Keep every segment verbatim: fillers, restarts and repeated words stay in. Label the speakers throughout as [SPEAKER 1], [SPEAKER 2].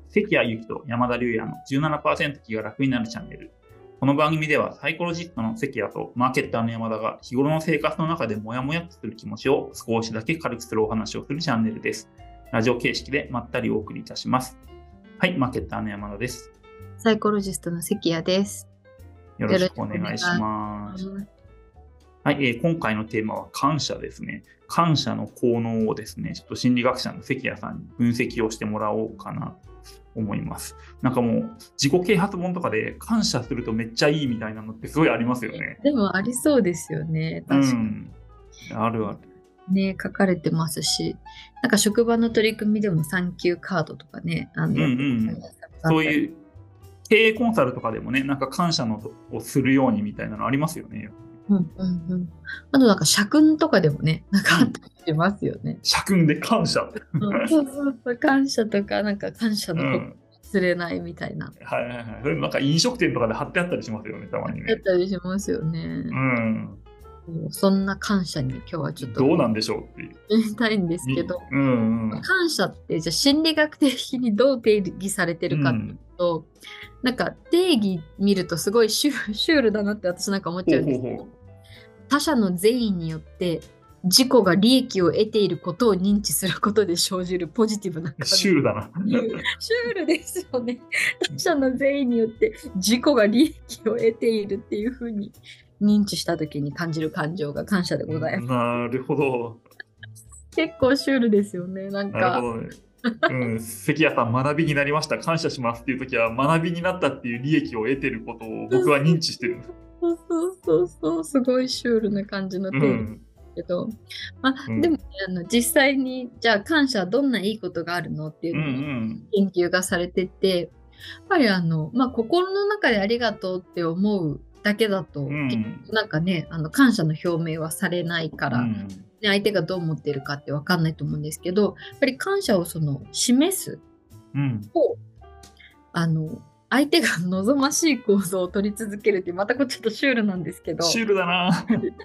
[SPEAKER 1] 関谷由紀と山田龍也の じゅうななパーセント 気が楽になるチャンネル。この番組ではサイコロジストの関谷とマーケッターの山田が日頃の生活の中でモヤモヤとする気持ちを少しだけ軽くするお話をするチャンネルです。ラジオ形式でまったりお送りいたします。はい、マーケッターの山田です。
[SPEAKER 2] サイコロジストの関谷です。
[SPEAKER 1] よろしくお願いします。はい、えー、今回のテーマは感謝ですね。感謝の効能をですね、ちょっと心理学者の関谷さんに分析をしてもらおうかなと思います。なんかもう自己啓発本とかで感謝するとめっちゃいいみたいなのってすごいありますよね。
[SPEAKER 2] でもありそうですよね。確かに。うん、
[SPEAKER 1] あるある。
[SPEAKER 2] ね、書かれてますし、なんか職場の取り組みでもサンキューカードとかね、あの、うんうん、
[SPEAKER 1] そういう経営コンサルとかでもね、なんか感謝のをするようにみたいなのありますよね。
[SPEAKER 2] うんうんうん、あとなんか社訓とかでもね、なんかあったりしますよね。
[SPEAKER 1] 社訓で感謝。
[SPEAKER 2] そうそうそう、感謝とか、なんか感謝のこと忘れないみたいな。
[SPEAKER 1] うん、はいはいはい。それなんか飲食店とかで貼ってあったりしますよね、たまにね。
[SPEAKER 2] 貼ってあったりしますよね。
[SPEAKER 1] うん。
[SPEAKER 2] そんな感謝に今日はちょっと
[SPEAKER 1] どうなんでしょうっていう
[SPEAKER 2] 言いたいんですけど、
[SPEAKER 1] うんうん、
[SPEAKER 2] 感謝ってじゃあ心理学的にどう定義されてるかっていうと、うん、なんか定義見るとすごいシュシュールだなって私なんか思っちゃうんですけど、ほうほうほう、他者の善意によって自己が利益を得ていることを認知することで生じるポジティブな感じ。
[SPEAKER 1] シュールだな。
[SPEAKER 2] シュールですよね。他者の善意によって自己が利益を得ているっていうふうに認知したときに感じる感情が感謝でございます。
[SPEAKER 1] なるほど。
[SPEAKER 2] 結構シュールですよね。なんか。
[SPEAKER 1] なるほどね。うん、関谷さん学びになりました、感謝しますっていうときは学びになったっていう利益を得てることを僕は認知してる。
[SPEAKER 2] そうそうそうそう、すごいシュールな感じのテーマですけど、うん、まあ、うん、でも、ね、あの実際にじゃあ感謝はどんないいことがあるのっていうのも研究がされてて、うんうん、やっぱりあの、まあ、心の中でありがとうって思うだけだと、うん、なんかね、あの感謝の表明はされないから、うん、ね、相手がどう思ってるかって分かんないと思うんですけど、やっぱり感謝をその示すと、うん、あの相手が望ましい構造を取り続けるってまたこれちょっとシュールなんですけど、
[SPEAKER 1] シュールだな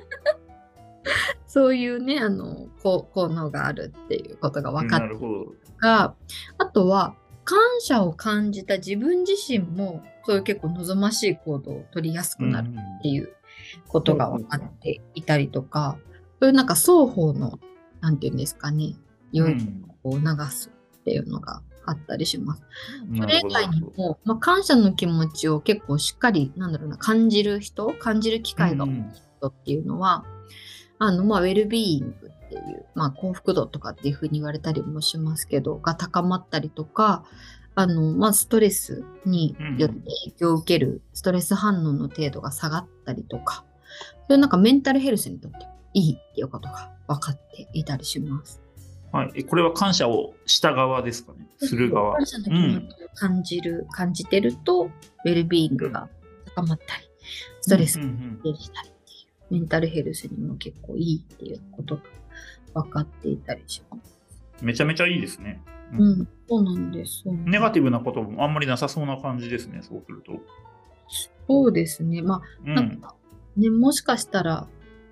[SPEAKER 2] そういうね、あの効能があるっていうことが分かってるが、あとは感謝を感じた自分自身もそういう結構望ましい行動を取りやすくなるっていうことが分かっていたりとか、そういうなんか双方のなんていうんですかね、良いを促すっていうのがあったりします。それ以外にも、まあ、感謝の気持ちを結構しっかりなんだろうな感じる人、感じる機会が多い人っていうのは、うん、あのまあウェルビーイングっていう、まあ、幸福度とかっていうふうに言われたりもしますけど、が高まったりとか、あのまあストレスによって影響を受けるストレス反応の程度が下がったりとか、そういうなんかメンタルヘルスにとっていいっていうことが分かっていたりします。
[SPEAKER 1] はい、これは感謝をした側ですかね、する側。
[SPEAKER 2] 感謝の気持ちを感じる、うん、感じてると、ウェルビーイングが高まったり、ストレスが出てきたりっていう、メンタルヘルスにも結構いいっていうことが分かっていたりします。
[SPEAKER 1] めちゃめちゃいいですね。
[SPEAKER 2] うん、うん、そうなんです。
[SPEAKER 1] ネガティブなこともあんまりなさそうな感じですね、そうすると。
[SPEAKER 2] そうですね。まあ、うん、なんかね、もしかしたら、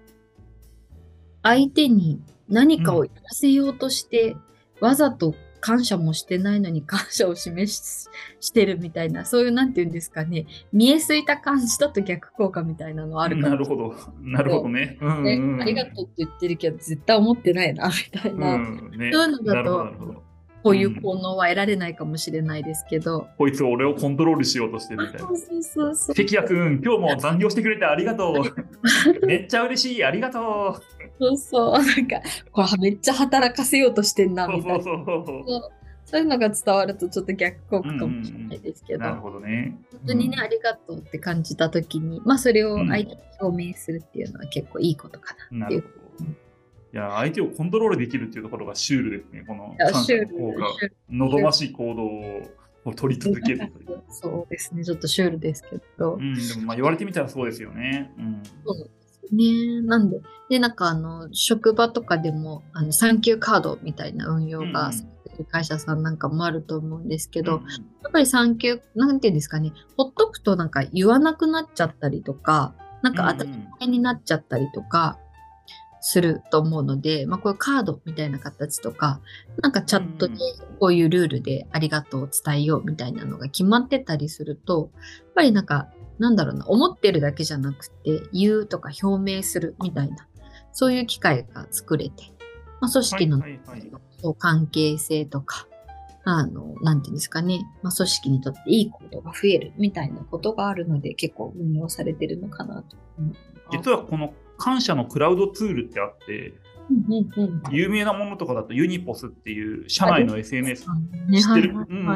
[SPEAKER 2] 相手に何かをやらせようとして、うん、わざと感謝もしてないのに感謝を示し、してるみたいな、そういうなんていうんですかね、見えすいた感じだと逆効果みたいなのあるかも。
[SPEAKER 1] なるほど、なるほどね。うんうん、
[SPEAKER 2] ね、ありがとうって言ってるけど絶対思ってないなみたいな、うんね、そういうのだとこういう効能は得られないかもしれないですけど、うん、
[SPEAKER 1] こいつ俺をコントロールしようとしてるみたいな。そうそうそう、関谷くん今日も残業してくれてありがとうめっちゃ嬉しい、ありがとう。
[SPEAKER 2] そうそう、なんかこれめっちゃ働かせようとしてんなみたいな、そうそうそうそう、そういうのが伝わるとちょっと逆効果かもしれないですけど、
[SPEAKER 1] うんうんうん、なるほどね、
[SPEAKER 2] 本当にね、うん、ありがとうって感じた時に、まあそれを相手に表明するっていうのは結構いいことかなっていう、うん、
[SPEAKER 1] いや相手をコントロールできるっていうところがシュールですね。この感謝の効果、望ましい行動を取り続けるという。
[SPEAKER 2] そうですね、ちょっとシュールですけど、
[SPEAKER 1] うん、でもまあ言われてみたらそうですよね。うん、
[SPEAKER 2] そうですね。なんで、でなんかあの職場とかでもあのサンキューカードみたいな運用がされてる会社さんなんかもあると思うんですけど、うんうん、やっぱりサンキューなんていうんですかね、ほっとくとなんか言わなくなっちゃったりとか、なんか当たり前になっちゃったりとか。 すると思うので、まあ、こういうカードみたいな形とか、なんかチャットでこういうルールでありがとうを伝えようみたいなのが決まってたりすると、やっぱりなんか、なんだろうな、思ってるだけじゃなくて、言うとか表明するみたいな、そういう機会が作れて、まあ、組織の関係性とか、あの、なんていうんですかね、まあ、組織にとっていいことが増えるみたいなことがあるので、結構運用されてるのかなと思います。
[SPEAKER 1] 実はこの感謝のクラウドツールってあって、うんうんうん、有名なものとかだとユニポスっていう社内の エスエヌエス 知ってる？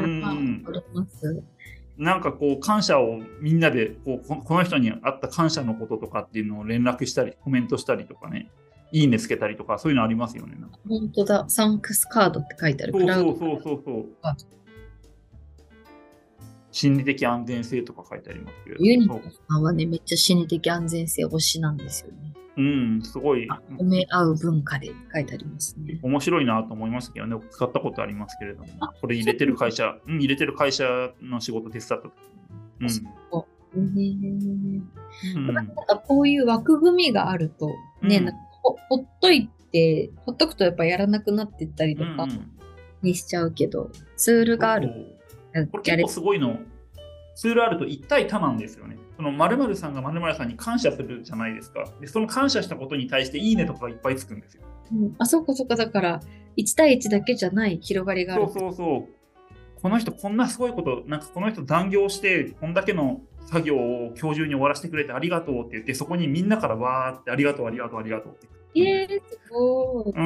[SPEAKER 1] なんかこう感謝をみんなでこうこの人にあった感謝のこととかっていうのを連絡したりコメントしたりとかね、いいねつけたりとかそういうのありますよね。
[SPEAKER 2] 本当だ、サンクスカードって書いてある。
[SPEAKER 1] そうそうそうそうそう。心理的安全性とか書いてありますけど。
[SPEAKER 2] ユニポさんはね、めっちゃ心理的安全性推しなんですよね。
[SPEAKER 1] うん、すごい。
[SPEAKER 2] 褒め合う文化で書いてありますね。
[SPEAKER 1] 面白いなと思いましたけどね、使ったことありますけれども、これ入れてる会社、うん、入れてる会社の仕事手伝ったとき。うん。
[SPEAKER 2] うん、なんかこういう枠組みがあると、ね、うん、なんかほ, ほっといて、ほっとくとやっぱやらなくなっていったりとかにしちゃうけど、うんうん、ツールがある。
[SPEAKER 1] これ結構すごいの、ツールあると一対多なんですよね。その〇〇さんが〇〇さんに感謝するじゃないですか。で、その感謝したことに対していいねとかがいっぱいつくんですよ。
[SPEAKER 2] うん、あ、そうかそうか、だからいち対いちだけじゃない広がりがある。
[SPEAKER 1] そうそうそう。この人こんなすごいこと、なんかこの人残業してこんだけの作業を今日中に終わらせてくれてありがとうって言って、そこにみんなからわーってありがとうありがとうありがとうって。
[SPEAKER 2] えー、すごい。うん。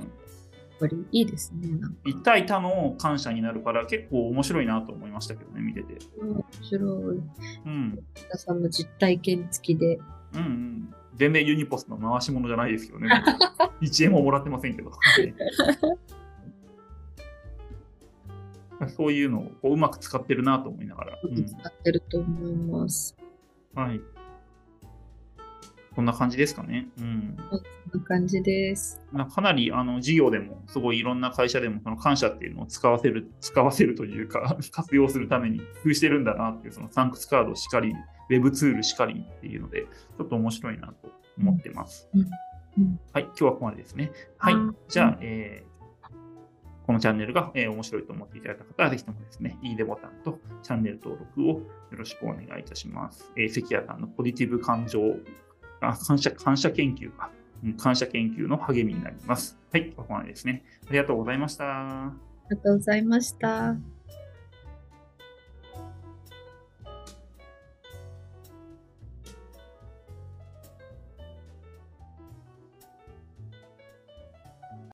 [SPEAKER 2] やっぱりいいですね。なんか
[SPEAKER 1] 一対多の感謝になるから結構面白いなと思いましたけどね、見てて。
[SPEAKER 2] 面白い。
[SPEAKER 1] うん。
[SPEAKER 2] 皆さんの実体験付きで。
[SPEAKER 1] うんうん。全然ユニポスの回し物じゃないですけどね。いちえんももらってませんけど。そういうのをこううまく使ってるなと思いながら。
[SPEAKER 2] うん、使ってると思います。
[SPEAKER 1] はい。こんな感じですかね。うん。
[SPEAKER 2] こんな感じです。
[SPEAKER 1] かなりあの事業でもすごいいろんな会社でもその感謝っていうのを使わせる使わせるというか活用するために工夫してるんだなっていう、そのサンクスカードしかりウェブツールしかりっていうのでちょっと面白いなと思ってます。うんうん、はい、今日はここまでですね。はい、じゃあ、えーこのチャンネルが、えー、面白いと思っていただいた方は、ぜひともですね、いいねボタンとチャンネル登録をよろしくお願いいたします。えー、関谷さんのポジティブ感情、あ感謝、感謝研究が、うん、感謝研究の励みになります。はい、ここまでですね。ありがとうございました。
[SPEAKER 2] ありがとうございました。